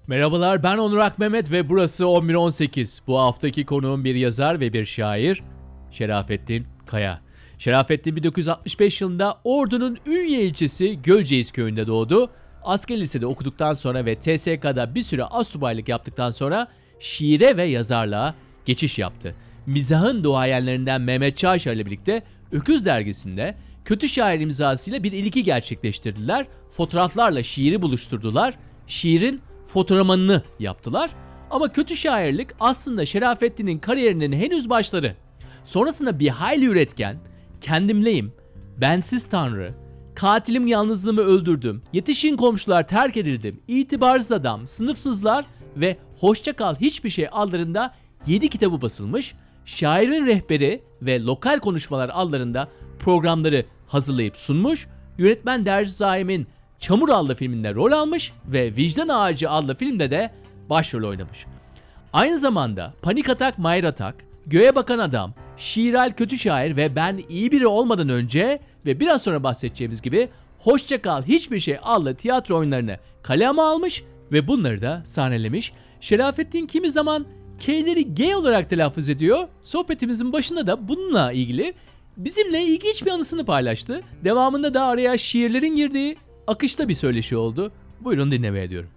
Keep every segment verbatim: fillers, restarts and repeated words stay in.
Merhabalar, ben Onur Akmehmet ve burası on bir on sekiz. Bu haftaki konuğum bir yazar ve bir şair, Şerafettin Kaya. Şerafettin bin dokuz yüz altmış beş yılında Ordu'nun Ünye ilçesi Gölceğiz köyünde doğdu. Asker lisede okuduktan sonra ve T S K'da bir süre astsubaylık yaptıktan sonra şiire ve yazarlığa geçiş yaptı. Mizahın duayenlerinden Mehmet Çağışar ile birlikte Öküz dergisinde kötü şair imzasıyla bir ilki gerçekleştirdiler. Fotoğraflarla şiiri buluşturdular. Şiirin fotoğramanını yaptılar. Ama kötü şairlik aslında Şerafettin'in kariyerinin henüz başları. Sonrasında bir hayli üretken, kendimleyim, bensiz tanrı, katilim yalnızlığımı öldürdüm, yetişin komşular terk edildim, itibarsız adam, sınıfsızlar ve hoşça kal hiçbir şey adlarında yedi kitabı basılmış, şairin rehberi ve lokal konuşmalar adlarında programları hazırlayıp sunmuş, yönetmen Derviş Zaim'in Çamur adlı filminde rol almış ve Vicdan Ağacı adlı filmde de başrol oynamış. Aynı zamanda Panik Atak Mayra Atak, Göğe Bakan Adam, Şiiral Kötü Şair ve Ben İyi Biri Olmadan Önce ve biraz sonra bahsedeceğimiz gibi Hoşça Kal Hiçbir Şey adlı tiyatro oyunlarını kaleme almış ve bunları da sahnelemiş. Şerafettin kimi zaman K'leri G olarak telaffuz ediyor. Sohbetimizin başında da bununla ilgili bizimle ilginç bir anısını paylaştı. Devamında da araya şiirlerin girdiği akışta bir söyleşi oldu. Buyurun dinlemeye diyorum.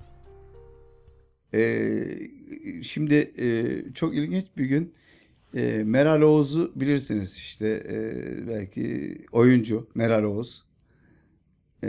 Ee, şimdi e, çok ilginç bir gün e, Meral Oğuz'u bilirsiniz işte e, belki oyuncu Meral Oğuz. E,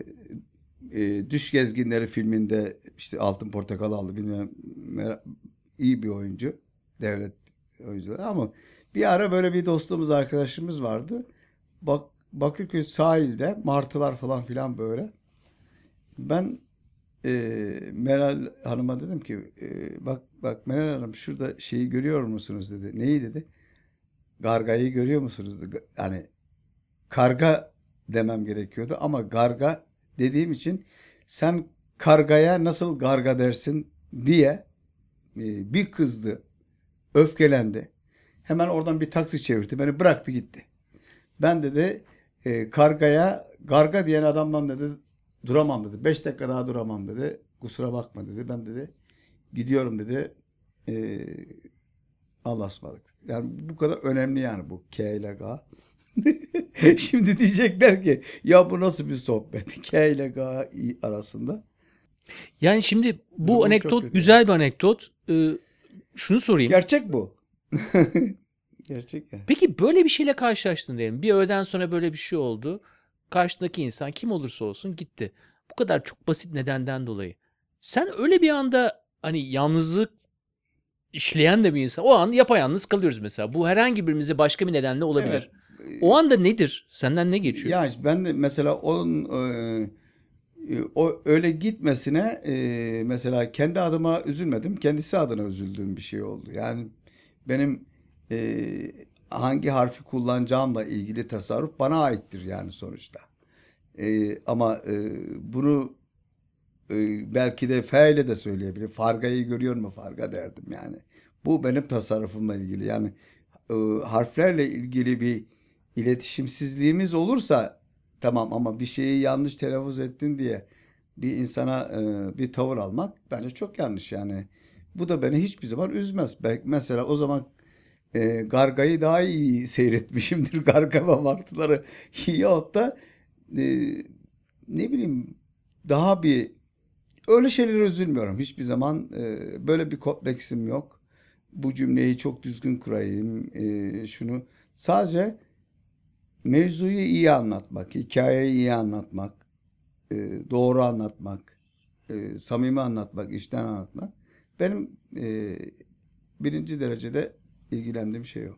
e, Düş Gezginleri filminde işte Altın Portakal aldı bilmem Meral, iyi bir oyuncu devlet oyuncuları ama bir ara böyle bir dostluğumuz arkadaşımız vardı. Bak Bakırköy sahilde martılar falan filan böyle. Ben e, Meral Hanım'a dedim ki e, bak bak Meral Hanım şurada şeyi görüyor musunuz dedi. Neyi dedi? Gargayı görüyor musunuz dedi. Yani karga demem gerekiyordu ama garga dediğim için sen kargaya nasıl garga dersin diye e, bir kızdı. Öfkelendi. Hemen oradan bir taksi çevirdi. Beni bıraktı gitti. Ben dedi e, kargaya garga diyen adamdan dedi duramam dedi. Beş dakika daha duramam dedi. Kusura bakma dedi. Ben dedi gidiyorum dedi. E, Allah'a ısmarladık. Yani bu kadar önemli yani bu K ile G. Şimdi diyecekler ki ya bu nasıl bir sohbet K ile G arasında. Yani şimdi bu Durum anekdot güzel bir anekdot. Ee, şunu sorayım. Gerçek bu. Gerçek yani. Peki böyle bir şeyle karşılaştın diyelim. Bir öğleden sonra böyle bir şey oldu. Karşındaki insan kim olursa olsun gitti. Bu kadar çok basit nedenden dolayı. Sen öyle bir anda hani yalnızlık işleyen de bir insan. O an yapayalnız kalıyoruz mesela. Bu herhangi birimize başka bir nedenle olabilir. Evet. O anda nedir? Senden ne geçiyor? Ya ben de mesela onun e, o öyle gitmesine e, mesela kendi adıma üzülmedim. Kendisi adına üzüldüğüm bir şey oldu. Yani benim e, hangi harfi kullanacağımla ilgili tasarruf bana aittir yani sonuçta. E, ama e, bunu e, belki de F ile de söyleyebilirim. Fargayı görüyor mu Farga derdim yani. Bu benim tasarrufumla ilgili. Yani e, harflerle ilgili bir iletişimsizliğimiz olursa tamam ama bir şeyi yanlış telaffuz ettin diye bir insana e, bir tavır almak bence çok yanlış yani. Bu da beni hiçbir zaman üzmez. Belki mesela o zaman e, Garga'yı daha iyi seyretmişimdir. Garga ve martıları yahut da e, ne bileyim daha bir öyle şeylere üzülmüyorum. Hiçbir zaman e, böyle bir kompleksim yok. Bu cümleyi çok düzgün kurayım. E, şunu sadece mevzuyu iyi anlatmak, hikayeyi iyi anlatmak, e, doğru anlatmak, e, samimi anlatmak, içten anlatmak benim e, birinci derecede ilgilendiğim şey o.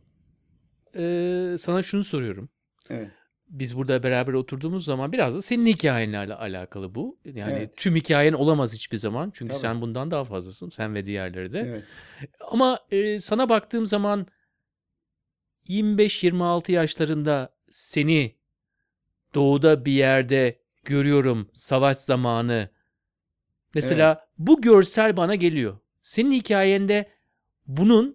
Ee, sana şunu soruyorum. Evet. Biz burada beraber oturduğumuz zaman biraz da senin hikayenle al- alakalı bu. Yani Evet. tüm hikayen olamaz hiçbir zaman. Çünkü Tabii. sen bundan daha fazlasın. Sen ve diğerleri de. Evet. Ama e, sana baktığım zaman yirmi beş yirmi altı yaşlarında seni doğuda bir yerde görüyorum, savaş zamanı. Mesela Evet. bu görsel bana geliyor. Senin hikayende bunun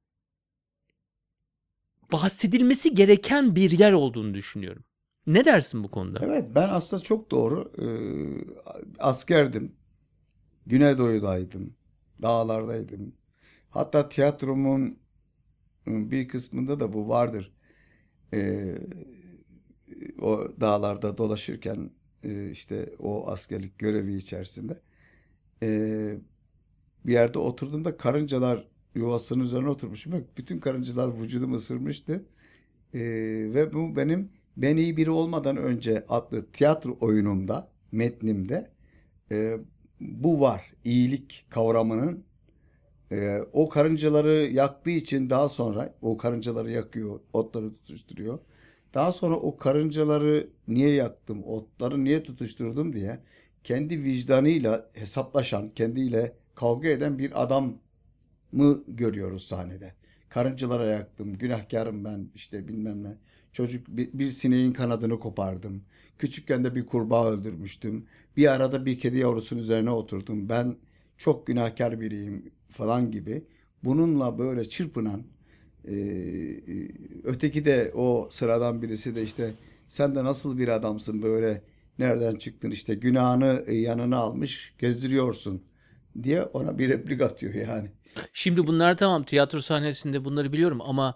bahsedilmesi gereken bir yer olduğunu düşünüyorum. Ne dersin bu konuda? Evet, ben aslında çok doğru. Ee, askerdim. Güneydoğu'daydım. Dağlardaydım. Hatta tiyatromun bir kısmında da bu vardır. Ee, O dağlarda dolaşırken e, işte o askerlik görevi içerisinde e, bir yerde oturduğumda karıncalar yuvasının üzerine oturmuşum. Bak, bütün karıncalar vücudumu ısırmıştı. E, ve bu benim Ben İyi Biri Olmadan Önce adlı tiyatro oyunumda, metnimde e, bu var. İyilik kavramının e, o karıncaları yaktığı için daha sonra o karıncaları yakıyor, otları tutuşturuyor. Daha sonra o karıncaları niye yaktım, otları niye tutuşturdum diye kendi vicdanıyla hesaplaşan, kendiyle kavga eden bir adam mı görüyoruz sahnede. Karıncalara yaktım, günahkarım ben, işte bilmem ne. Çocuk bir, bir sineğin kanadını kopardım. Küçükken de bir kurbağa öldürmüştüm. Bir arada bir kedi yavrusunun üzerine oturdum. Ben çok günahkar biriyim falan gibi. Bununla böyle çırpınan e, e, öteki de o sıradan birisi de işte sen de nasıl bir adamsın böyle, nereden çıktın, işte günahını e, yanına almış gezdiriyorsun diye ona bir replik atıyor yani. Şimdi bunlar tamam, tiyatro sahnesinde bunları biliyorum ama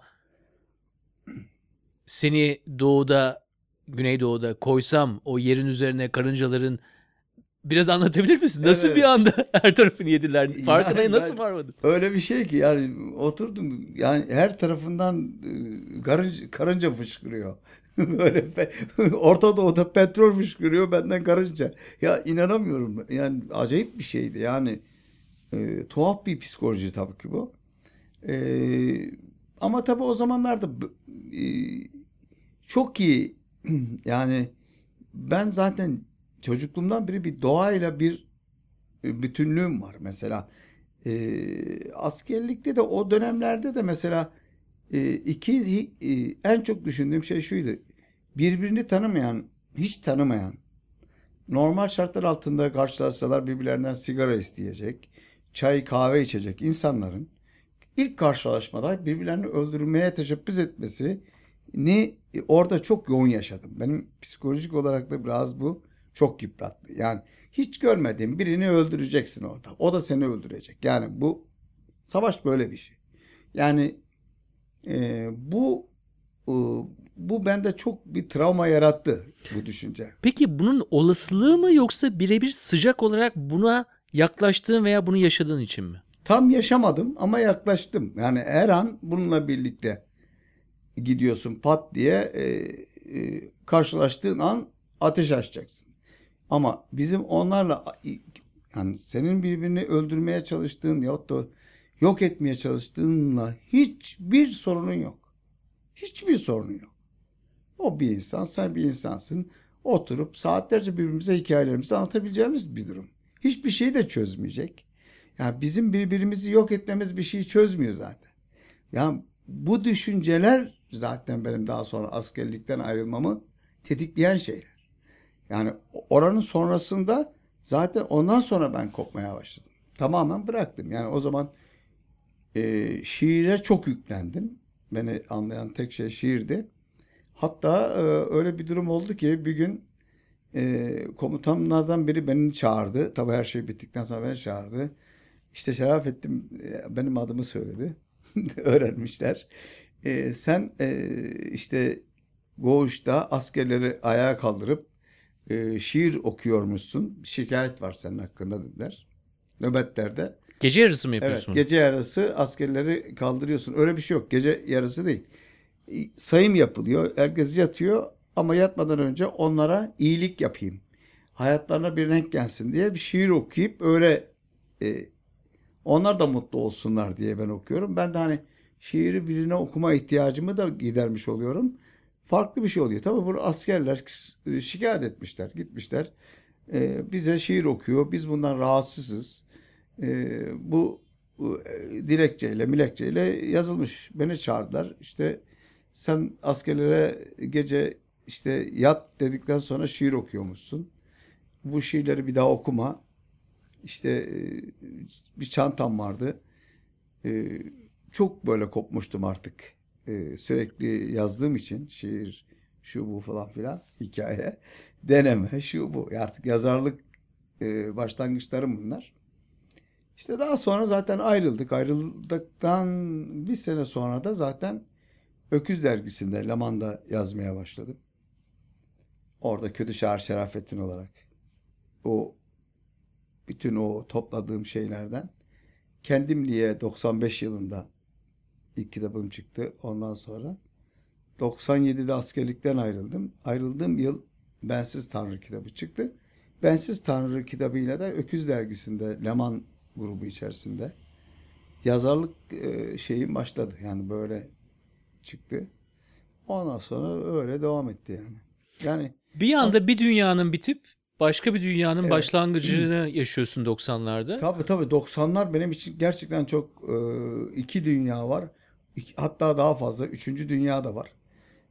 seni doğuda, güneydoğuda koysam o yerin üzerine karıncaların, biraz anlatabilir misin? Nasıl bir Evet. anda her tarafını yediler? Farkına Yani nasıl ben varmadın? öyle bir şey ki yani oturdum, yani her tarafından e, karınca, karınca fışkırıyor. Böyle pe- Orta Doğu'da petrol fışkırıyor, benden karınca. Ya inanamıyorum. Yani acayip bir şeydi. Yani e, tuhaf bir psikoloji tabii ki bu. E, Ama tabii o zamanlarda b- e, çok iyi yani ben zaten çocukluğumdan beri bir doğayla bir bütünlüğüm var. Mesela e, askerlikte de o dönemlerde de mesela e, iki e, en çok düşündüğüm şey şuydu. Birbirini tanımayan, hiç tanımayan, normal şartlar altında karşılaşsalar birbirlerinden sigara isteyecek, çay kahve içecek insanların ilk karşılaşmada birbirlerini öldürmeye teşebbüs etmesi ni orada çok yoğun yaşadım. Benim psikolojik olarak da biraz bu çok yıprattı. Yani hiç görmediğin birini öldüreceksin orada. O da seni öldürecek. Yani bu savaş böyle bir şey. Yani e, bu e, bu bende çok bir travma yarattı, bu düşünce. Peki bunun olasılığı mı, yoksa birebir sıcak olarak buna yaklaştığın veya bunu yaşadığın için mi? Tam yaşamadım ama yaklaştım. Yani her an bununla birlikte gidiyorsun, pat diye e, e, karşılaştığın an ateş açacaksın. Ama bizim onlarla yani senin birbirini öldürmeye çalıştığın yahut da yok etmeye çalıştığınla hiçbir sorunun yok. Hiçbir sorunu yok. O bir insan, sen bir insansın. Oturup saatlerce birbirimize hikayelerimizi anlatabileceğimiz bir durum. Hiçbir şeyi de çözmeyecek. Yani bizim birbirimizi yok etmemiz bir şeyi çözmüyor zaten. Yani bu düşünceler zaten benim daha sonra askerlikten ayrılmamı tetikleyen şeyler. Yani oranın sonrasında zaten ondan sonra ben kopmaya başladım. Tamamen bıraktım. Yani o zaman e, şiire çok yüklendim. Beni anlayan tek şey şiirdi. Hatta e, öyle bir durum oldu ki bir gün e, komutanlardan biri beni çağırdı. Tabii her şey bittikten sonra beni çağırdı. İşte Şerafettin e, benim adımı söyledi. Öğrenmişler. E, sen e, işte Goğuş'ta askerleri ayağa kaldırıp e, şiir okuyormuşsun. Şikayet var senin hakkında dediler. Nöbetlerde. Gece yarısı mı Evet, yapıyorsun bunu? gece yarısı askerleri kaldırıyorsun. Öyle bir şey yok. Gece yarısı değil. E, Sayım yapılıyor. Herkes yatıyor ama yatmadan önce onlara iyilik yapayım. Hayatlarına bir renk gelsin diye bir şiir okuyup öyle e, onlar da mutlu olsunlar diye ben okuyorum. Ben de hani şiiri birine okuma ihtiyacımı da gidermiş oluyorum. Farklı bir şey oluyor. Tabii bu askerler şikayet etmişler, gitmişler. Ee, bize şiir okuyor. Biz bundan rahatsızız. Ee, bu, bu e, dilekçeyle, milekçeyle yazılmış. Beni çağırdılar. İşte sen askerlere gece işte yat dedikten sonra şiir okuyormuşsun. Bu şiirleri bir daha okuma. İşte e, bir çantam vardı. E, Çok böyle kopmuştum artık. E, sürekli yazdığım için şiir, şu bu falan filan, hikaye, deneme, şu bu. Artık yazarlık e, başlangıçlarım bunlar. İşte daha sonra zaten ayrıldık. Ayrıldıktan bir sene sonra da zaten Öküz dergisinde, Leman'da yazmaya başladım. Orada kötü şair Şerafettin olarak. O bütün o topladığım şeylerden Kendimliğe doksan beş yılında ilk kitabım çıktı. Ondan sonra doksan yedide askerlikten ayrıldım. Ayrıldığım yıl Bensiz Tanrı kitabı çıktı. Bensiz Tanrı kitabıyla da Öküz dergisinde, Leman grubu içerisinde yazarlık e, şeyim başladı. Yani böyle çıktı. Ondan sonra öyle devam etti yani. Yani Bir as- anda bir dünyanın bitip başka bir dünyanın evet. başlangıcını yaşıyorsun doksanlarda. Tabii tabii doksanlar benim için gerçekten çok e, iki dünya var. İki- hatta daha fazla. Üçüncü dünya da var.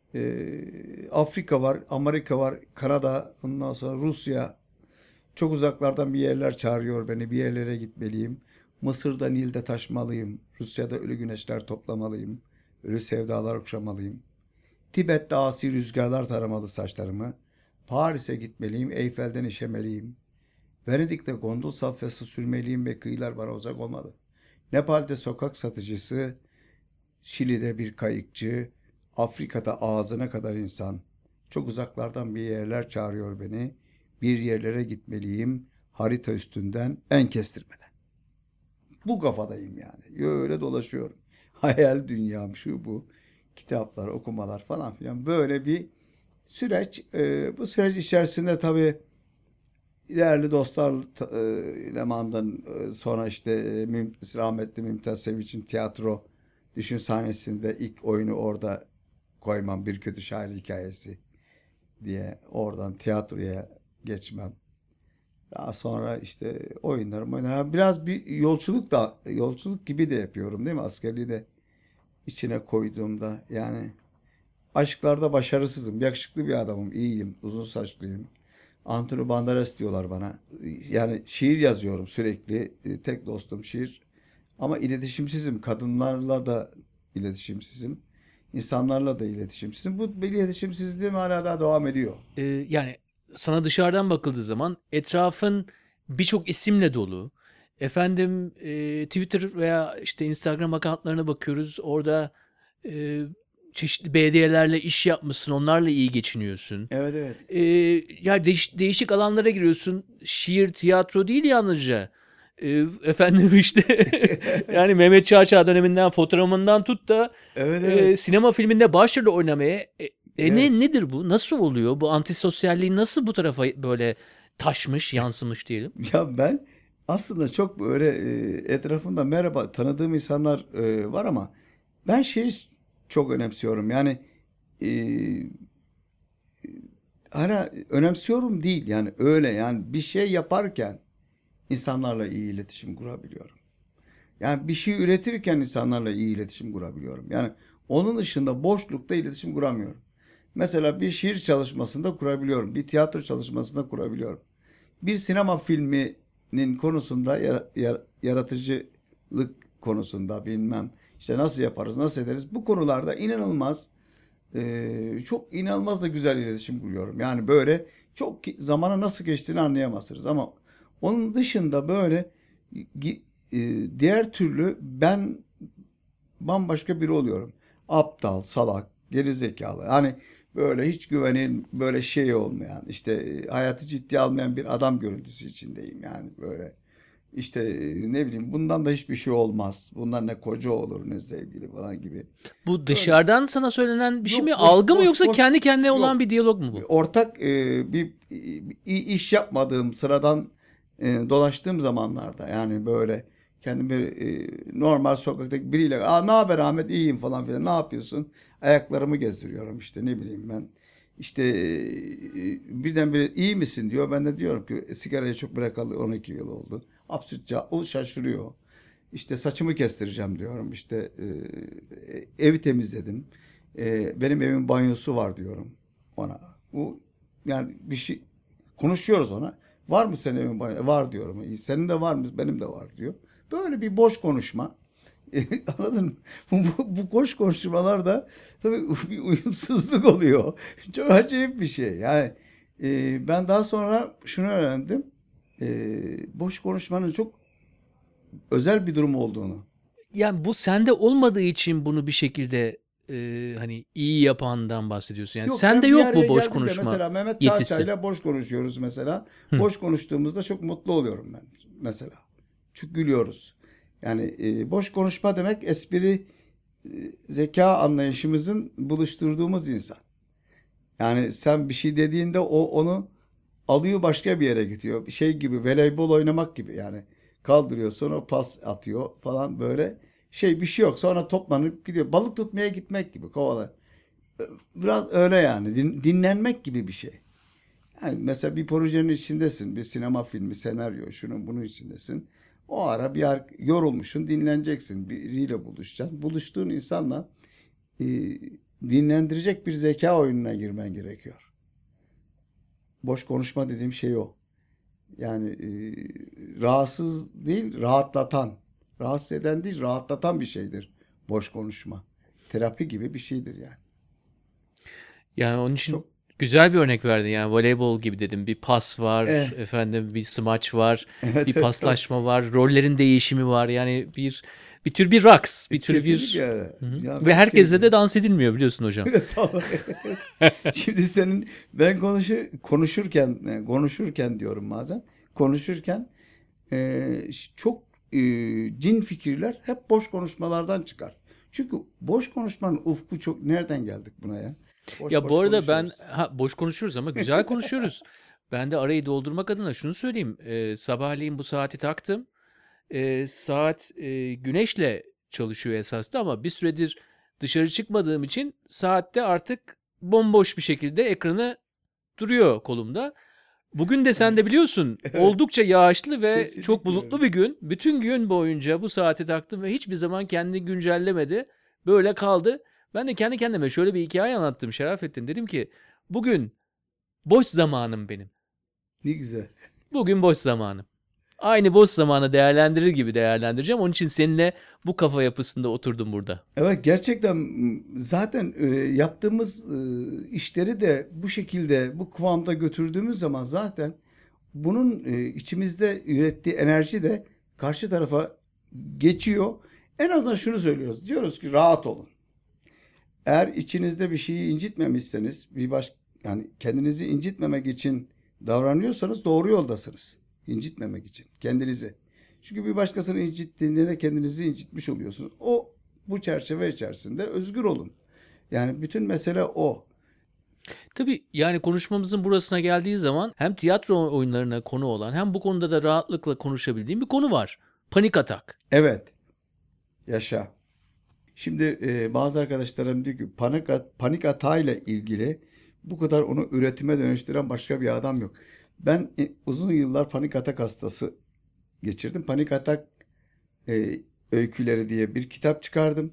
E, Afrika var, Amerika var, Kanada, ondan sonra Rusya. Çok uzaklardan bir yerler çağırıyor beni. Bir yerlere gitmeliyim. Mısır'da Nil'de taşmalıyım. Rusya'da ölü güneşler toplamalıyım. Ölü sevdalar okşamalıyım. Tibet'te asi rüzgarlar taramalı saçlarımı. Paris'e gitmeliyim, Eyfel'den işemeliyim. Venedik'te gondol safyası sürmeliyim ve kıyılar bana uzak olmalı. Nepal'de sokak satıcısı, Şili'de bir kayıkçı, Afrika'da ağzına kadar insan. Çok uzaklardan bir yerler çağırıyor beni. Bir yerlere gitmeliyim, harita üstünden en kestirmeden. Bu kafadayım yani. Öyle dolaşıyorum. Hayal dünyam şu bu. Kitaplar, okumalar falan filan. Böyle bir süreç. Ee, bu süreç içerisinde tabii değerli dostlar e, Leman'dan e, sonra işte e, Müm, rahmetli Mümtaz Sevinç'in tiyatro düşün sahnesinde ilk oyunu orada koymam. Bir kötü şair hikayesi diye oradan tiyatroya geçmem. Daha sonra işte oyunlarım oyunlar. Biraz bir yolculuk da yolculuk gibi de yapıyorum değil mi? Askerliği de içine koyduğumda yani aşklarda başarısızım. Yakışıklı bir adamım, iyiyim, uzun saçlıyım. Antonio Banderas diyorlar bana. Yani şiir yazıyorum sürekli. E, Tek dostum şiir. Ama iletişimsizim. Kadınlarla da iletişimsizim. İnsanlarla da iletişimsizim. Bu iletişimsizliğim hala daha devam ediyor. Ee, yani sana dışarıdan bakıldığı zaman etrafın birçok isimle dolu. Efendim e, Twitter veya işte Instagram accountlarına bakıyoruz. Orada e, çeşitli belediyelerle iş yapmışsın. Onlarla iyi geçiniyorsun. Evet evet. E, yani değiş- değişik alanlara giriyorsun. Şiir, tiyatro değil yalnızca. E, efendim işte yani Mehmet Çağçay döneminden fotoğrafından tut da Evet e, evet. sinema filminde başrol oynamaya e, e Evet. ne nedir bu? Nasıl oluyor? Bu antisosyalliği nasıl bu tarafa böyle taşmış, yansımış diyelim? Ya ben aslında çok böyle e, etrafımda merhaba tanıdığım insanlar e, var ama ben şeyi çok önemsiyorum. Yani e, hala önemsiyorum değil yani öyle yani bir şey yaparken insanlarla iyi iletişim kurabiliyorum. Yani bir şey üretirken insanlarla iyi iletişim kurabiliyorum. Yani onun dışında boşlukta iletişim kuramıyorum. Mesela bir şiir çalışmasında kurabiliyorum. Bir tiyatro çalışmasında kurabiliyorum. Bir sinema filminin konusunda yara- yara- yaratıcılık konusunda bilmem işte nasıl yaparız, nasıl ederiz bu konularda inanılmaz e, çok inanılmaz da güzel iletişim kuruyorum. Yani böyle çok ki- zamana nasıl geçtiğini anlayamazsınız ama onun dışında böyle gi- e, diğer türlü ben bambaşka biri oluyorum. Aptal, salak, gerizekalı. Hani böyle hiç güvenin böyle şey olmayan işte e, hayatı ciddiye almayan bir adam görüntüsü içindeyim yani böyle. İşte e, ne bileyim bundan da hiçbir şey olmaz. Bundan ne koca olur ne sevgili falan gibi. Bu Böyle dışarıdan sana söylenen bir şey mi? yok boş Algı mı boş yoksa boş kendi kendine olan yok. bir diyalog mu bu? Ortak e, bir i- iş yapmadığım sıradan e, dolaştığım zamanlarda yani böyle kendimi e, normal sokaktaki biriyle aa ne haber Ahmet iyiyim falan filan ne yapıyorsun? Ayaklarımı gezdiriyorum işte ne bileyim ben. İşte e, birdenbire iyi misin diyor. Ben de diyorum ki sigarayı çok bırakalı on iki yıl oldu. Absürtçe o şaşırıyor. İşte saçımı kestireceğim diyorum. İşte e, evi temizledim. E, benim evimin banyosu var diyorum ona. Bu yani bir şey konuşuyoruz ona. Var mı senin evin banyosu? Var diyorum. "İyi, senin de var mı? Benim de var diyor. Böyle bir boş konuşma. Anladın mı? Bu, bu, bu boş konuşmalar da tabii bir uyumsuzluk oluyor. Çok acayip bir şey. Yani e, ben daha sonra şunu öğrendim. E, boş konuşmanın çok özel bir durum olduğunu. Yani bu sende olmadığı için bunu bir şekilde e, hani iyi yapandan bahsediyorsun. Yani Yok, sende ben bir yok bu araya boş geldiğimde konuşma mesela Mehmet yetisi. Çağçay'la boş konuşuyoruz mesela. Hı. Boş konuştuğumuzda çok mutlu oluyorum ben mesela. Çünkü gülüyoruz. Yani e, boş konuşma demek espri, e, zeka anlayışımızın buluşturduğumuz insan. Yani sen bir şey dediğinde o onu alıyor, başka bir yere gidiyor. Bir şey gibi, voleybol oynamak gibi yani. Kaldırıyor, sonra pas atıyor falan, böyle şey, bir şey yok. Sonra toplanıp gidiyor. Balık tutmaya gitmek gibi, kovala. Biraz öyle yani. Din- dinlenmek gibi bir şey. Yani mesela bir projenin içindesin. Bir sinema filmi, senaryo, şunun bunun içindesin. O ara bir ar- yorulmuşsun, dinleneceksin. Biriyle buluşacaksın. Buluştuğun insanla e, dinlendirecek bir zeka oyununa girmen gerekiyor. Boş konuşma dediğim şey o. Yani e, rahatsız değil, rahatlatan. Rahatsız eden değil, rahatlatan bir şeydir boş konuşma. Terapi gibi bir şeydir yani. Yani Çok, onun için çok güzel bir örnek verdin. Yani voleybol gibi dedim. Bir pas var, eh, efendim bir smaç var, bir evet, evet, tabii. paslaşma var, rollerin değişimi var. Yani bir bir tür bir raks, bir tür Kesinlikle bir öyle. Hı hı. Ya Ve ben herkesle kö- de dans edilmiyor biliyorsun hocam. Tamam. Şimdi senin, ben konuşur, konuşurken e, konuşurken diyorum bazen. Konuşurken e, çok e, cin fikirler hep boş konuşmalardan çıkar. Çünkü boş konuşmanın ufku çok, nereden geldik buna ya? Boş Ya bu boş arada ben konuşuyoruz. ha, boş konuşuyoruz ama güzel konuşuyoruz. Ben de arayı doldurmak adına şunu söyleyeyim. Ee, sabahleyin bu saati taktım. Ee, saat e, güneşle çalışıyor esasında ama bir süredir dışarı çıkmadığım için saatte artık bomboş bir şekilde ekranı duruyor kolumda. Bugün de sen Yani, de biliyorsun evet, oldukça yağışlı ve çok kesinlikle bulutlu öyle. bir gün. Bütün gün boyunca bu saati taktım ve hiçbir zaman kendini güncellemedi. Böyle kaldı. Ben de kendi kendime şöyle bir hikaye anlattım Şerafettin. Dedim ki bugün boş zamanım benim. Ne güzel. Bugün boş zamanım. Aynı boş zamanı değerlendirir gibi değerlendireceğim. Onun için seninle bu kafa yapısında oturdum burada. Evet, gerçekten m, zaten e, yaptığımız e, işleri de bu şekilde, bu kıvamda götürdüğümüz zaman zaten bunun e, içimizde ürettiği enerji de karşı tarafa geçiyor. En azından şunu söylüyoruz. Diyoruz ki rahat olun. Eğer içinizde bir şeyi incitmemişseniz, bir baş, yani kendinizi incitmemek için davranıyorsanız doğru yoldasınız. İncitmemek için kendinizi. Çünkü bir başkasını incittiğinde de kendinizi incitmiş oluyorsunuz. O, bu çerçeve içerisinde özgür olun. Yani bütün mesele o. Tabii yani konuşmamızın burasına geldiği zaman hem tiyatro oyunlarına konu olan hem bu konuda da rahatlıkla konuşabildiğim bir konu var. Panik atak. Evet, yaşa. Şimdi e, bazı arkadaşlarım diyor ki panik, at- panik atağıyla ilgili bu kadar onu üretime dönüştüren başka bir adam yok. Ben e, uzun yıllar panik atak hastası geçirdim. Panik atak e, öyküleri diye bir kitap çıkardım.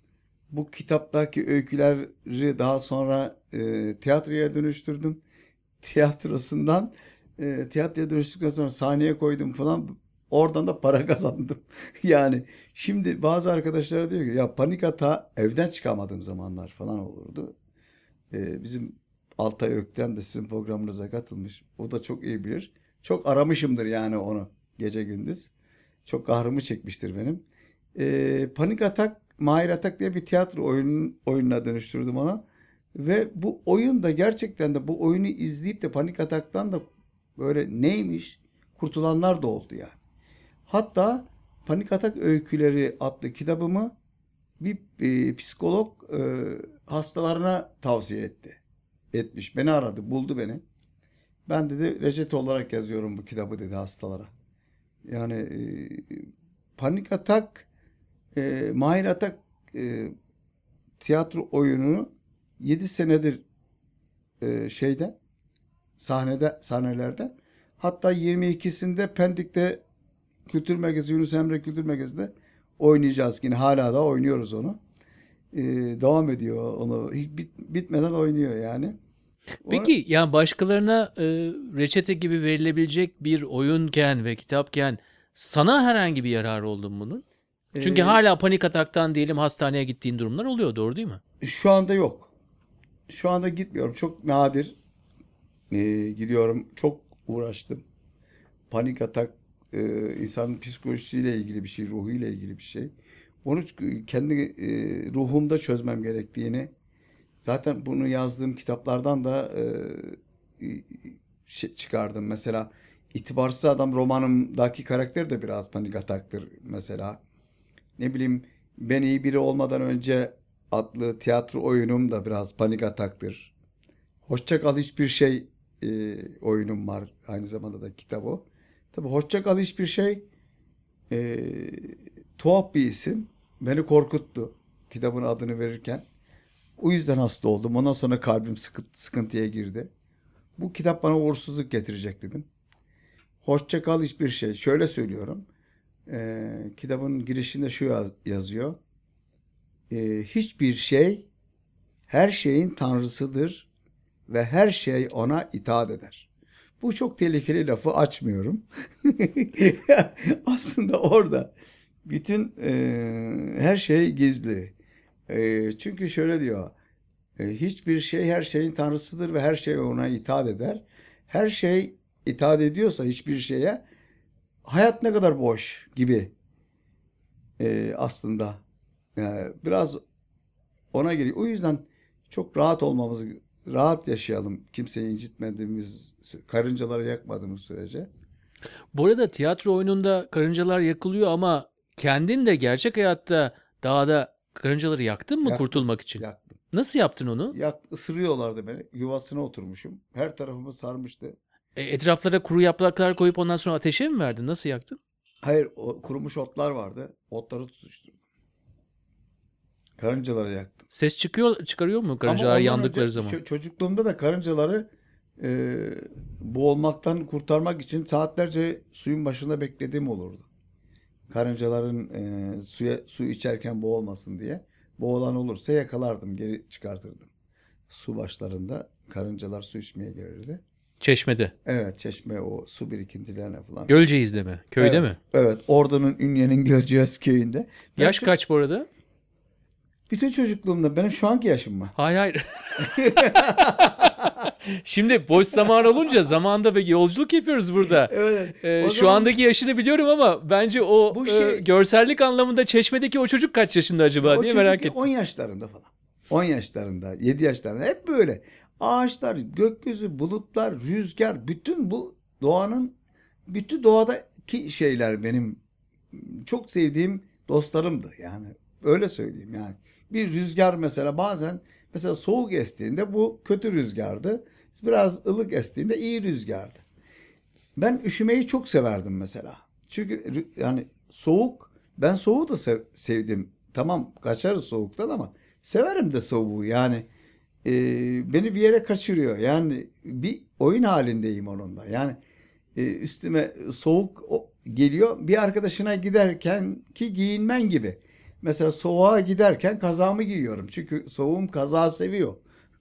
Bu kitaptaki öyküleri daha sonra e, tiyatroya dönüştürdüm. Tiyatrosundan e, tiyatroya dönüştükten sonra sahneye koydum falan. Oradan da para kazandım. Yani şimdi bazı arkadaşlar diyor ki ya panik hata, evden çıkamadığım zamanlar falan olurdu. E, bizim Altay Ökten de sizin programınıza katılmış. O da çok iyi bilir. Çok aramışımdır yani onu gece gündüz. Çok kahrımı çekmiştir benim. E, panik atak, Mahir Atak diye bir tiyatro oyunun, oyununa dönüştürdüm ona. Ve bu oyun da gerçekten de, bu oyunu izleyip de panik ataktan da böyle neymiş kurtulanlar da oldu yani. Hatta Panik Atak Öyküleri adlı kitabımı bir e, psikolog e, hastalarına tavsiye etti. Etmiş. Beni aradı, buldu beni. Ben dedi reçete olarak yazıyorum bu kitabı dedi hastalara. Yani e, Panik Atak, e, Mahir Atak e, tiyatro oyununu yedi senedir e, şeyde, sahnede, sahnelerde, hatta yirmi ikisinde Pendik'te Kültür Merkezi, Yunus Emre Kültür Merkezi'nde oynayacağız. Yine hala da oynuyoruz onu. E, devam ediyor onu. Hiç bit- bitmeden oynuyor yani. Onu, Peki yani başkalarına e, reçete gibi verilebilecek bir oyunken ve kitapken sana herhangi bir yarar oldu mu bunun? Çünkü e, hala panik ataktan diyelim hastaneye gittiğin durumlar oluyor, doğru değil mi? şu anda yok. Şu anda gitmiyorum. Çok nadir e, gidiyorum. Çok uğraştım. Panik atak e, insanın psikolojisiyle ilgili bir şey, ruhuyla ilgili bir şey. Onu kendi e, ruhumda çözmem gerektiğini, zaten bunu yazdığım kitaplardan da e, şey çıkardım. Mesela İtibarsız Adam romanımdaki karakter de biraz panik ataktır mesela. Ne bileyim, Ben iyi Biri Olmadan Önce adlı tiyatro oyunum da biraz panik ataktır. Hoşça Kal Hiçbir Şey e, oyunum var. Aynı zamanda da kitabı. Tabii Hoşça Kal Hiçbir Şey e, tuhaf bir isim. Beni korkuttu kitabın adını verirken. O yüzden hasta oldum. Ondan sonra kalbim sıkı, sıkıntıya girdi. Bu kitap bana uğursuzluk getirecek dedim. Hoşça Kal Hiçbir Şey. Şöyle söylüyorum. E, kitabın girişinde şu yaz, yazıyor. E, hiçbir şey her şeyin tanrısıdır ve her şey ona itaat eder. Bu çok tehlikeli, lafı açmıyorum. Aslında orada bütün e, her şey gizli. E, çünkü şöyle diyor. E, hiçbir şey her şeyin tanrısıdır ve her şey ona itaat eder. Her şey itaat ediyorsa hiçbir şeye, hayat ne kadar boş gibi e, aslında. E, biraz ona geliyor. O yüzden çok rahat olmamız, rahat yaşayalım. Kimseyi incitmediğimiz, karıncaları yakmadığımız sürece. Bu arada tiyatro oyununda karıncalar yakılıyor ama kendin de gerçek hayatta dağda karıncaları yaktın mı Yaktım, kurtulmak için? yaktım. Nasıl yaptın onu? Yak, ısırıyorlardı beni. Yuvasına oturmuşum. Her tarafımı sarmıştı. E, etraflara kuru yapraklar koyup ondan sonra ateşe mi verdin? Nasıl yaktın? Hayır, o, kurumuş otlar vardı. Otları tutuşturdum. Karıncaları yaktım. Ses çıkıyor çıkarıyor mu Ama karıncalar ondan yandıkları önce zaman? ço- çocukluğumda da karıncaları e, boğulmaktan kurtarmak için saatlerce suyun başında beklediğim olurdu. Karıncaların e, suya su içerken boğulmasın diye. Boğulan olursa yakalardım, geri çıkartırdım. Su başlarında karıncalar su içmeye gelirdi. Çeşmede. Evet, çeşme, o su birikintilerine falan. Gölceğiz'de mi? Köyde Evet, mi? evet. Ordu'nun, Ünye'nin Gölcüğüz köyünde. Ben Yaş çok- kaç bu arada? Bütün çocukluğumda, benim şu anki yaşım mı? Hayır hayır. Şimdi boş zaman olunca zamanda bir yolculuk yapıyoruz burada. Evet. Ee, O şu zaman andaki yaşını biliyorum ama bence o Bu e, şey- görsellik anlamında Çeşme'deki o çocuk kaç yaşında acaba o diye çocuk merak ya ettim. on yaşlarında falan. on yaşlarında, yedi yaşlarında hep böyle. Ağaçlar, gökyüzü, bulutlar, rüzgar, bütün bu doğanın, bütün doğadaki şeyler benim çok sevdiğim dostlarımdı. Yani öyle söyleyeyim yani. Bir rüzgar mesela, bazen mesela soğuk estiğinde bu kötü rüzgardı. Biraz ılık estiğinde iyi rüzgardı. Ben üşümeyi çok severdim mesela. Çünkü rü- yani soğuk, ben soğuğu da sev- sevdim. Tamam, kaçarız soğuktan ama severim de soğuğu yani. e, Beni bir yere kaçırıyor. Yani bir oyun halindeyim onunla. Yani e, üstüme soğuk o- geliyor. Bir arkadaşına giderken ki giyinmen gibi. Mesela soğuğa giderken kazağımı giyiyorum. Çünkü soğuğum kazağı seviyor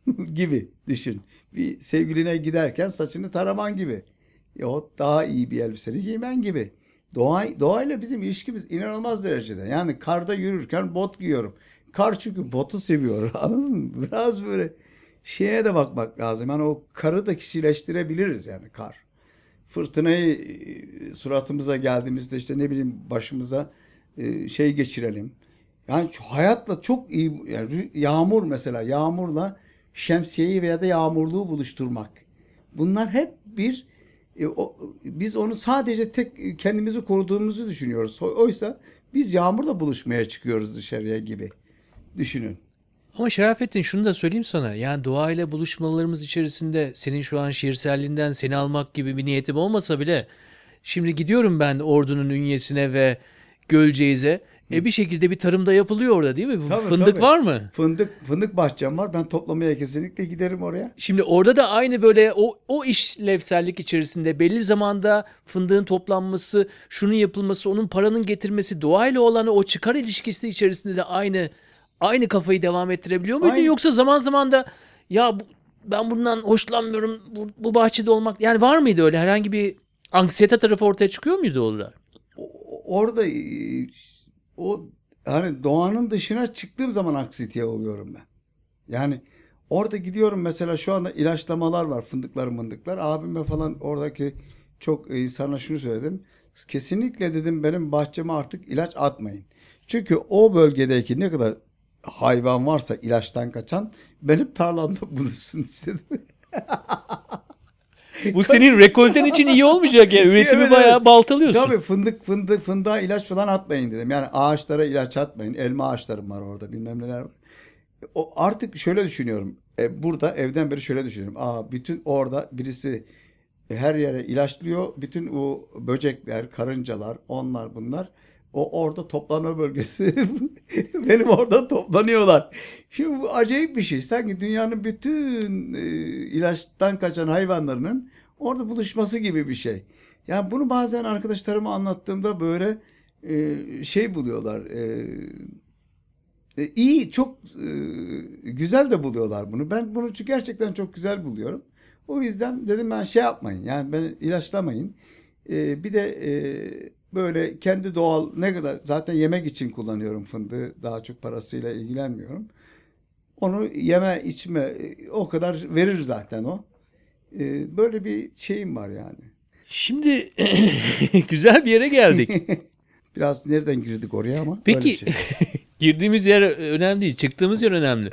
gibi düşün. Bir sevgiline giderken saçını taraman gibi. Yahut daha iyi bir elbiseni giymen gibi. Doğa, doğayla bizim ilişkimiz inanılmaz derecede. Yani karda yürürken bot giyiyorum. Kar çünkü botu seviyor. Anladın mı? Biraz böyle şeye de bakmak lazım. Yani o karı da kişileştirebiliriz yani, kar. Fırtınayı e, suratımıza geldiğimizde, işte ne bileyim, başımıza e, şey geçirelim. Yani şu hayatla çok iyi, yani rü- yağmur mesela, yağmurla şemsiyeyi veya da yağmurluğu buluşturmak. Bunlar hep bir e, o, biz onu sadece tek kendimizi koruduğumuzu düşünüyoruz. O- Oysa biz yağmurla buluşmaya çıkıyoruz dışarıya gibi düşünün. Ama Şerafettin şunu da söyleyeyim sana. Yani doğayla buluşmalarımız içerisinde senin şu an şiirselliğinden seni almak gibi bir niyetim olmasa bile şimdi gidiyorum ben Ordu'nun Ünyesi'ne ve Gölceğiz'e. E bir şekilde bir tarımda yapılıyor orada değil mi? Bu Tabii, fındık tabii. var mı? Fındık fındık bahçem var. Ben toplamaya kesinlikle giderim oraya. Şimdi orada da aynı böyle o, o işlevsellik içerisinde belli zamanda fındığın toplanması, şunun yapılması, onun paranın getirmesi, doğayla olan o çıkar ilişkisi içerisinde de aynı aynı kafayı devam ettirebiliyor muydun? Aynı. Yoksa zaman zaman da ya bu- ben bundan hoşlanmıyorum, bu, bu bahçede olmak, yani var mıydı öyle herhangi bir anksiyete tarafı ortaya çıkıyor muydu orada? O- Orada e, o hani doğanın dışına çıktığım zaman aksitiye oluyorum ben. Yani orada gidiyorum mesela, şu anda ilaçlamalar var, fındıklar mındıklar. Abime falan, oradaki çok insana şunu söyledim. kesinlikle dedim benim bahçeme artık ilaç atmayın. Çünkü o bölgedeki ne kadar hayvan varsa ilaçtan kaçan benim tarlamda bulunsun istedim. Bu senin rekolten için iyi olmayacak ya. Üretimi Evet, bayağı evet. baltalıyorsun. Tabii fındık fındık fındığa ilaç falan atmayın dedim. Yani ağaçlara ilaç atmayın. Elma ağaçlarım var orada, bilmem neler var. O artık şöyle düşünüyorum. E, burada evden beri şöyle düşünüyorum. Aa, bütün orada birisi her yere ilaçlıyor. Bütün o böcekler, karıncalar, onlar bunlar. O orada toplanma bölgesi. Benim orada toplanıyorlar. Şimdi bu acayip bir şey. Sanki dünyanın bütün e, ilaçtan kaçan hayvanlarının orada buluşması gibi bir şey. Yani bunu bazen arkadaşlarıma anlattığımda böyle e, şey buluyorlar. E, e, iyi, çok e, güzel de buluyorlar bunu. Ben bunu gerçekten çok güzel buluyorum. O yüzden dedim ben şey yapmayın. Yani beni ilaçlamayın. E, bir de e, böyle kendi doğal ne kadar zaten yemek için kullanıyorum fındığı. Daha çok parasıyla ilgilenmiyorum. Onu yeme içme e, o kadar verir zaten o. E, böyle bir şeyim var yani. Şimdi güzel bir yere geldik. Biraz nereden girdik oraya ama öyle Peki şey. girdiğimiz yer önemli değil. Çıktığımız yer önemli.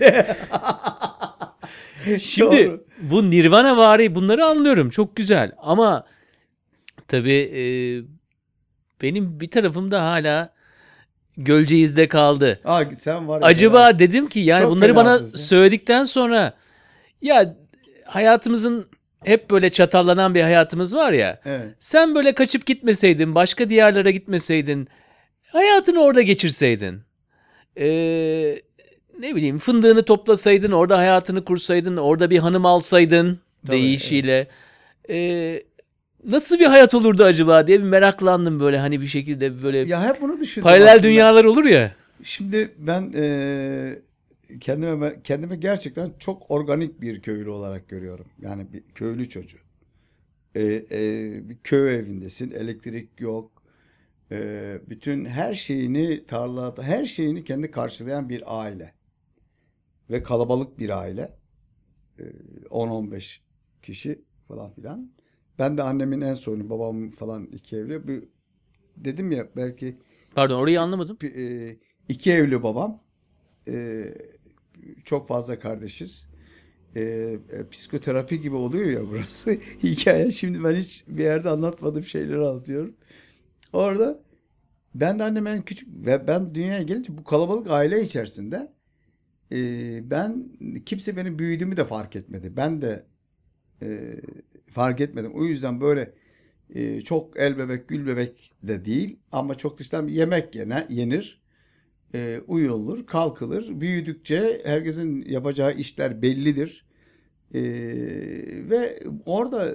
Şimdi Doğru. bu Nirvana vari bunları anlıyorum. Çok güzel. Ama tabii e, benim bir tarafımda hala Gölceğiz'de kaldı. Aa, sen var ya, Acaba fenasın. dedim ki yani Çok bunları bana fenasın sen. söyledikten sonra ya hayatımızın hep böyle çatallanan bir hayatımız var ya. Evet. Sen böyle kaçıp gitmeseydin, başka diyarlara gitmeseydin, hayatını orada geçirseydin. Ee, ne bileyim fındığını toplasaydın, orada hayatını kursaydın, orada bir hanım alsaydın Tabii, deyişiyle. Ee, nasıl bir hayat olurdu acaba diye bir meraklandım böyle hani bir şekilde böyle Ya hep bunu düşündüm paralel aslında. dünyalar olur ya. Şimdi ben eee, kendime kendime gerçekten çok organik bir köylü olarak görüyorum. Yani bir köylü çocuğu. Eee, eee, bir köy evindesin, elektrik yok. Eee, bütün her şeyini tarlada, her şeyini kendi karşılayan bir aile ve kalabalık bir aile. Eee, on on beş kişi falan filan. Ben de annemin en sonunu, babam falan iki evli. Bir, dedim ya belki Pardon orayı anlamadım. e, iki evli babam. E, çok fazla kardeşiz. E, e, psikoterapi gibi oluyor ya burası. Hikaye. Şimdi ben hiç bir yerde anlatmadığım şeyleri anlatıyorum. Orada ben de annem en küçük ve ben dünyaya gelince bu kalabalık aile içerisinde e, ben kimse benim büyüdüğümü de fark etmedi. Ben de e, fark etmedim. O yüzden böyle e, çok el bebek gül bebek de değil ama çok dıştan bir yemek yene, yenir. E, uyulur, kalkılır. Büyüdükçe herkesin yapacağı işler bellidir. E, ve orada e,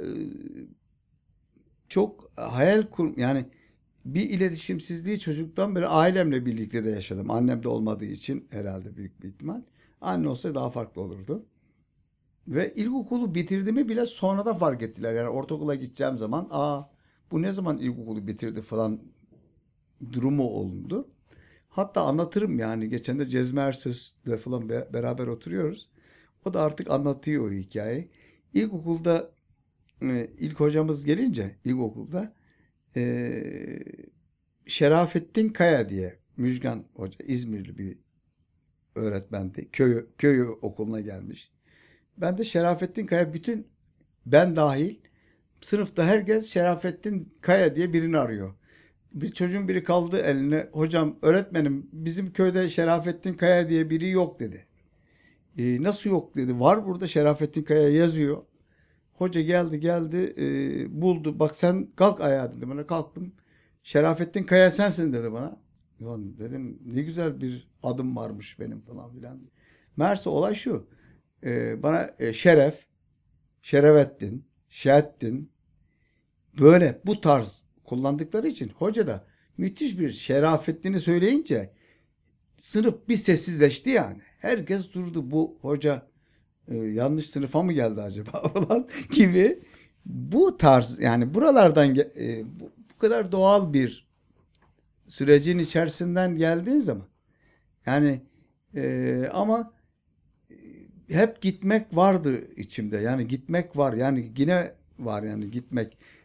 çok hayal kur yani bir iletişimsizliği çocuktan beri ailemle birlikte de yaşadım. Annem de olmadığı için herhalde büyük bir ihtimal. Anne olsa daha farklı olurdu. Ve ilkokulu bitirdiğimi bile sonra da fark ettiler. Yani ortaokula gideceğim zaman aa bu ne zaman ilkokulu bitirdi falan durumu oldu. Hatta anlatırım yani. Geçen de Cezmi Ersöz'le falan be- beraber oturuyoruz. O da artık anlatıyor o hikayeyi. İlkokulda e, ilk hocamız gelince ilkokulda e, Şerafettin Kaya diye Müjgan Hoca, İzmirli bir öğretmendi. Köy, köy okuluna gelmiş. Ben de Şerafettin Kaya bütün ben dahil sınıfta herkes Şerafettin Kaya diye birini arıyor. Bir çocuğun biri kaldı eline. Hocam öğretmenim bizim köyde Şerafettin Kaya diye biri yok dedi. E, nasıl yok dedi. Var burada Şerafettin Kaya yazıyor. Hoca geldi geldi e, buldu. Bak sen kalk ayağa dedi bana. Kalktım. Şerafettin Kaya sensin dedi bana. Ya dedim ne güzel bir adım varmış benim falan filan. Meğerse olay şu. E, bana e, Şeref, Şerevettin, Şehettin böyle bu tarz kullandıkları için hoca da müthiş bir Şerafettin'i söyleyince sınıf bir sessizleşti yani. Herkes durdu. Bu hoca e, yanlış sınıfa mı geldi acaba falan gibi. Bu tarz yani buralardan e, bu, bu kadar doğal bir sürecin içerisinden geldiğin zaman yani e, ama e, hep gitmek vardı içimde. Yani gitmek var. Yani yine var yani gitmek.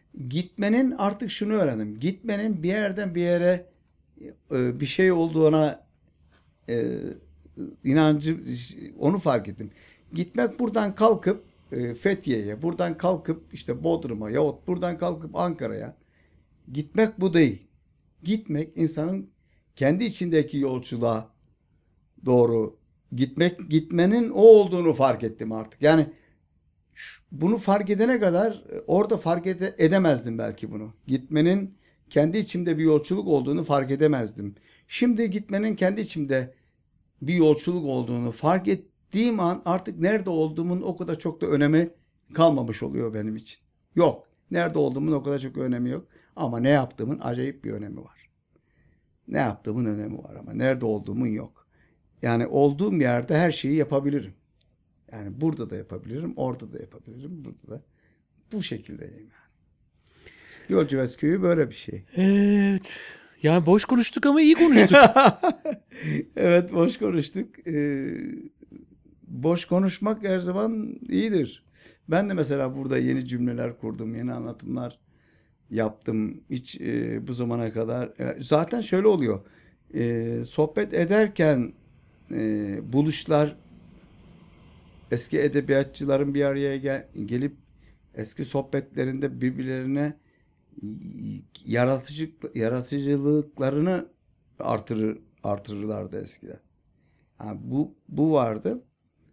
Gitmenin artık şunu öğrendim. Gitmenin bir yerden bir yere e, bir şey olduğuna e, inancı onu fark ettim. Gitmek buradan kalkıp e, Fethiye'ye, buradan kalkıp işte Bodrum'a yahut buradan kalkıp Ankara'ya gitmek bu değil. Gitmek insanın kendi içindeki yolculuğa doğru gitmek, gitmenin o olduğunu fark ettim artık. Yani bunu fark edene kadar orada fark ede edemezdim belki bunu. Gitmenin kendi içimde bir yolculuk olduğunu fark edemezdim. Şimdi gitmenin kendi içimde bir yolculuk olduğunu fark ettiğim an artık nerede olduğumun o kadar çok da önemi kalmamış oluyor benim için. Yok. Nerede olduğumun o kadar çok önemi yok. Ama ne yaptığımın acayip bir önemi var. Ne yaptığımın önemi var ama nerede olduğumun yok. Yani olduğum yerde her şeyi yapabilirim. Yani burada da yapabilirim, orada da yapabilirim, burada da. Bu şekildeyim yani. Yolcuvaz Köyü böyle bir şey. Evet. Yani boş konuştuk ama iyi konuştuk. Evet, boş konuştuk. Ee, boş konuşmak her zaman iyidir. Ben de mesela burada yeni cümleler kurdum, yeni anlatımlar yaptım. Hiç e, bu zamana kadar. E, zaten şöyle oluyor. E, sohbet ederken e, buluşlar, eski edebiyatçıların bir araya gel gelip eski sohbetlerinde birbirlerine yaratıcı yaratıcılıklarını artırır artırırlardı eskiden. Yani bu bu vardı.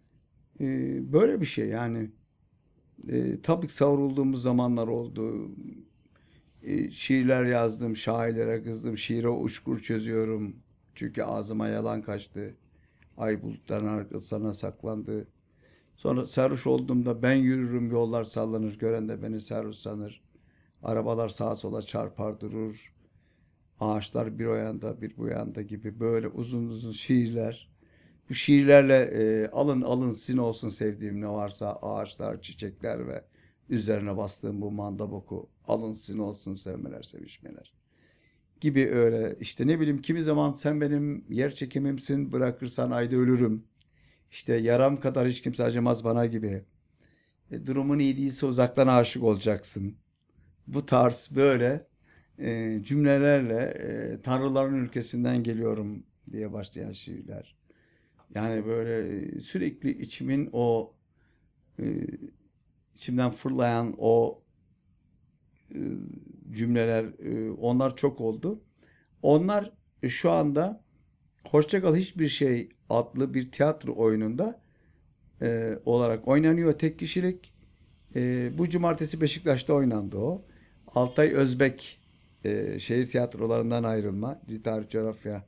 Ee, böyle bir şey yani. Ee, tabii savrulduğumuz zamanlar oldu. Ee, şiirler yazdım, şairlere kızdım, şiire uçkur çözüyorum. Çünkü ağzıma yalan kaçtı. Ay bulutların arkasına saklandı. Sonra sarhoş olduğumda ben yürürüm, yollar sallanır, gören de beni sarhoş sanır. Arabalar sağa sola çarpar durur. Ağaçlar bir o yanda bir bu yanda gibi böyle uzun uzun şiirler. Bu şiirlerle e, alın alın sin olsun sevdiğim ne varsa ağaçlar, çiçekler ve üzerine bastığım bu manda boku. Alın sin olsun sevmeler, sevişmeler. Gibi öyle işte ne bileyim kimi zaman sen benim yer çekimimsin bırakırsan ayda ölürüm. İşte yaram kadar hiç kimse acımaz bana gibi. E, durumun iyi değilse uzaktan aşık olacaksın. Bu tarz böyle e, cümlelerle e, tanrıların ülkesinden geliyorum diye başlayan şiirler. Yani böyle e, sürekli içimin o e, içimden fırlayan o e, cümleler e, onlar çok oldu. Onlar e, şu anda Hoşçakal Hiçbir Şey adlı bir tiyatro oyununda e, olarak oynanıyor tek kişilik. E, bu cumartesi Beşiktaş'ta oynandı o. Altay Özbek e, şehir tiyatrolarından ayrılma, tarih coğrafya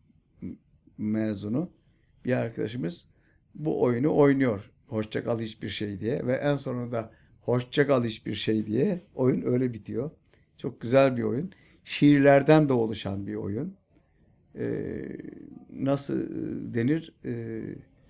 mezunu bir arkadaşımız bu oyunu oynuyor. Hoşçakal Hiçbir Şey diye ve en sonunda Hoşçakal Hiçbir Şey diye oyun öyle bitiyor. Çok güzel bir oyun. Şiirlerden de oluşan bir oyun. Ee, nasıl denir? Ee,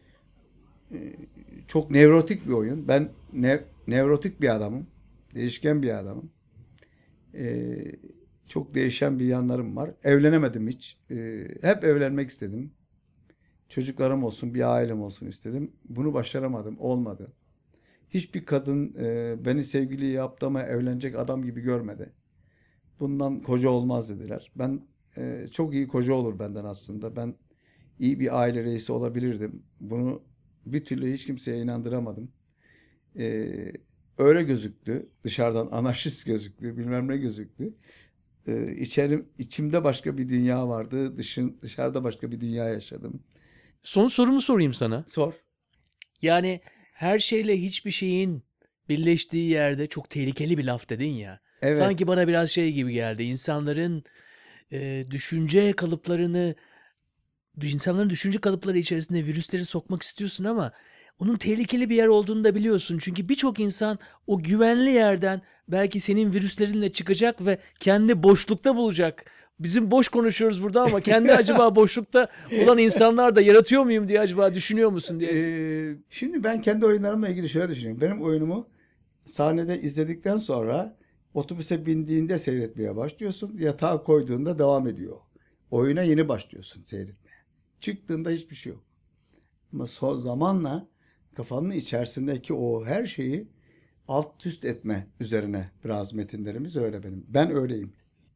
çok nevrotik bir oyun. Ben ne, nevrotik bir adamım. Değişken bir adamım. Ee, çok değişen bir yanlarım var. Evlenemedim hiç. Ee, hep evlenmek istedim. Çocuklarım olsun, bir ailem olsun istedim. Bunu başaramadım. Olmadı. Hiçbir kadın e, beni sevgili yaptı ama evlenecek adam gibi görmedi. Bundan koca olmaz dediler. Ben e, çok iyi koca olur benden aslında. Ben iyi bir aile reisi olabilirdim. Bunu bir türlü hiç kimseye inandıramadım. Ee, öyle gözüktü. Dışarıdan anarşist gözüktü. Bilmem ne gözüktü. Ee, içerim, içimde başka bir dünya vardı. Dışın, dışarıda başka bir dünya yaşadım. Son sorumu sorayım sana. Sor. Yani her şeyle hiçbir şeyin birleştiği yerde çok tehlikeli bir laf dedin ya. Evet. Sanki bana biraz şey gibi geldi. İnsanların e, düşünce kalıplarını, insanların düşünce kalıpları içerisinde virüsleri sokmak istiyorsun ama onun tehlikeli bir yer olduğunu da biliyorsun. Çünkü birçok insan o güvenli yerden belki senin virüslerinle çıkacak ve kendi boşlukta bulacak. Bizim boş konuşuyoruz burada ama kendi acaba boşlukta olan insanlar da yaratıyor muyum diye acaba düşünüyor musun diye. Ee, şimdi ben kendi oyunlarımla ilgili şöyle düşünüyorum. Benim oyunumu sahnede izledikten sonra otobüse bindiğinde seyretmeye başlıyorsun. Yatağa koyduğunda devam ediyor. Oyuna yeni başlıyorsun seyretmeye. Çıktığında hiçbir şey yok. Ama son zamanla kafanın içerisindeki o her şeyi alt üst etme üzerine biraz metinlerimiz öyle benim. Ben öyleyim.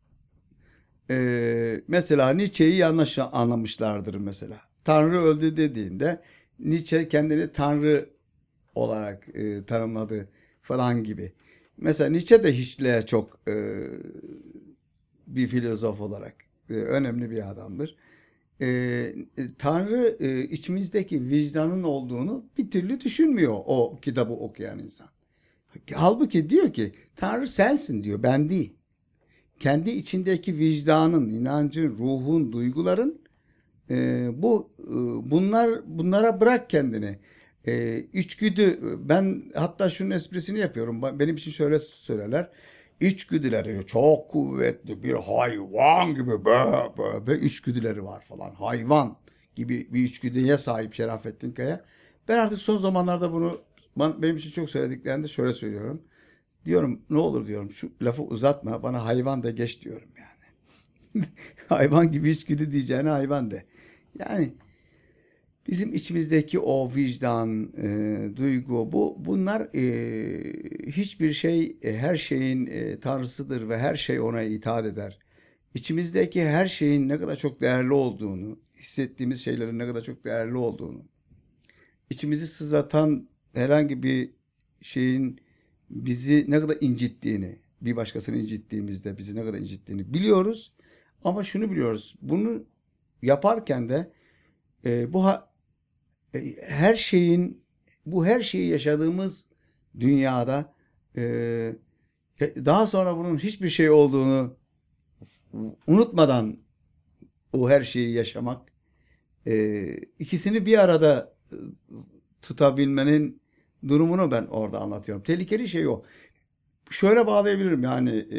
Ee, mesela Nietzsche'yi yanlış anlamışlardır mesela. Tanrı öldü dediğinde Nietzsche kendini Tanrı olarak e, tanımladı falan gibi. Mesela Nietzsche de hiçliğe çok e, bir filozof olarak e, önemli bir adamdır. E, Tanrı e, içimizdeki vicdanın olduğunu bir türlü düşünmüyor o kitabı okuyan insan. Halbuki diyor ki Tanrı sensin diyor, ben değil. Kendi içindeki vicdanın, inancın, ruhun, duyguların e, bu e, bunlar bunlara bırak kendini. E, içgüdü, ben hatta şunun esprisini yapıyorum. Benim için şöyle söylerler. İçgüdüleri çok kuvvetli bir hayvan gibi böyle böyle içgüdüleri var falan. Hayvan gibi bir içgüdüye sahip Şerafettin Kaya. Ben artık son zamanlarda bunu benim için çok söylediklerinde şöyle söylüyorum. Diyorum ne olur diyorum şu lafı uzatma, bana hayvan de geç diyorum yani. Hayvan gibi içgüdü diyeceğine hayvan de. Yani bizim içimizdeki o vicdan, e, duygu, bu bunlar e, hiçbir şey, e, her şeyin e, tanrısıdır ve her şey ona itaat eder. İçimizdeki her şeyin ne kadar çok değerli olduğunu, hissettiğimiz şeylerin ne kadar çok değerli olduğunu, içimizi sızlatan herhangi bir şeyin bizi ne kadar incittiğini, bir başkasını incittiğimizde bizi ne kadar incittiğini biliyoruz. Ama şunu biliyoruz, bunu yaparken de e, bu ha, e, her şeyin, bu her şeyi yaşadığımız dünyada e, daha sonra bunun hiçbir şey olduğunu unutmadan o her şeyi yaşamak, e, ikisini bir arada tutabilmenin durumunu ben orada anlatıyorum. Tehlikeli şey o. Şöyle bağlayabilirim yani e,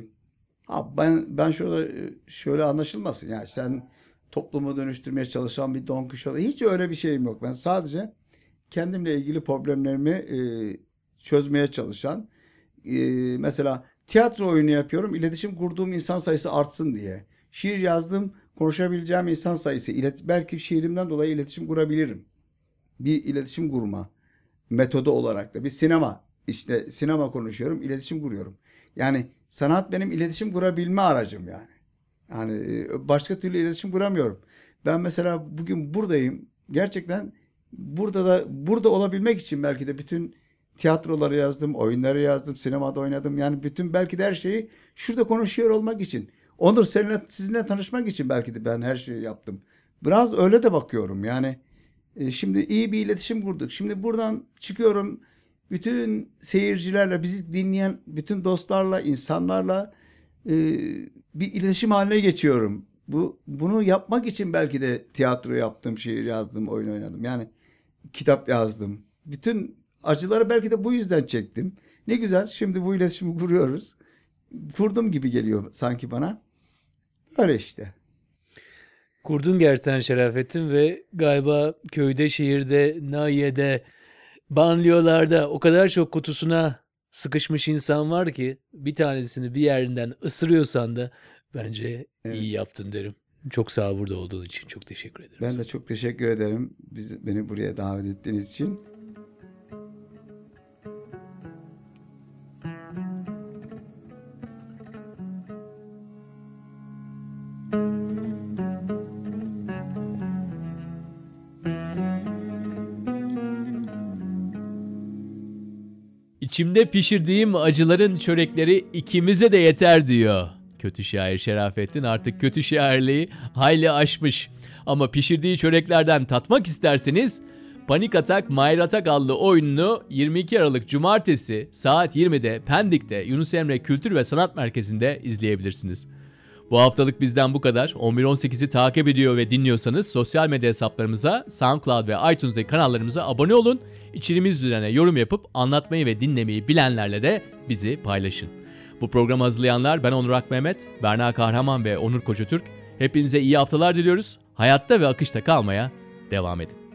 ben ben şurada şöyle anlaşılmasın yani sen toplumu dönüştürmeye çalışan bir Don Quixote, hiç öyle bir şeyim yok. Ben sadece kendimle ilgili problemlerimi e, çözmeye çalışan, e, mesela tiyatro oyunu yapıyorum, iletişim kurduğum insan sayısı artsın diye. Şiir yazdım, konuşabileceğim insan sayısı, ilet belki şiirimden dolayı iletişim kurabilirim. Bir iletişim kurma metodu olarak da bir sinema, işte sinema konuşuyorum, iletişim kuruyorum. Yani sanat benim iletişim kurabilme aracım yani. Yani başka türlü iletişim kuramıyorum. Ben mesela bugün buradayım. Gerçekten burada da burada olabilmek için belki de bütün tiyatroları yazdım, oyunları yazdım, sinemada oynadım. Yani bütün belki de her şeyi şurada konuşuyor olmak için. Onur seninle sizinle tanışmak için belki de ben her şeyi yaptım. Biraz öyle de bakıyorum. Yani şimdi iyi bir iletişim kurduk. Şimdi buradan çıkıyorum. Bütün seyircilerle, bizi dinleyen bütün dostlarla, insanlarla e, bir iletişim haline geçiyorum. Bu bunu yapmak için belki de tiyatro yaptım, şiir yazdım, oyun oynadım. Yani kitap yazdım. Bütün acıları belki de bu yüzden çektim. Ne güzel. Şimdi bu iletişimi kuruyoruz. Kurdum gibi geliyor sanki bana. Öyle işte. Kurdun gerçekten Şerafettin ve galiba köyde, şehirde, nahiyede, banliyölarda o kadar çok kutusuna sıkışmış insan var ki bir tanesini bir yerinden ısırıyorsan da bence Evet. iyi yaptın derim. Çok sağ ol burada olduğun için. Çok teşekkür ederim. Ben de çok teşekkür ederim bizi, beni buraya davet ettiğiniz için. İçimde pişirdiğim acıların çörekleri ikimize de yeter diyor. Kötü şair Şerafettin artık kötü şairliği hayli aşmış. Ama pişirdiği çöreklerden tatmak isterseniz Panik Atak Mahir Atak adlı oyununu yirmi iki Aralık Cumartesi saat yirmide Pendik'te Yunus Emre Kültür ve Sanat Merkezi'nde izleyebilirsiniz. Bu haftalık bizden bu kadar. on bir on sekizi takip ediyor ve dinliyorsanız sosyal medya hesaplarımıza, SoundCloud ve iTunes'daki kanallarımıza abone olun. İçeriğimiz üzerine yorum yapıp anlatmayı ve dinlemeyi bilenlerle de bizi paylaşın. Bu programı hazırlayanlar ben Onur Akmehmet, Berna Kahraman ve Onur Kocatürk. Hepinize iyi haftalar diliyoruz. Hayatta ve akışta kalmaya devam edin.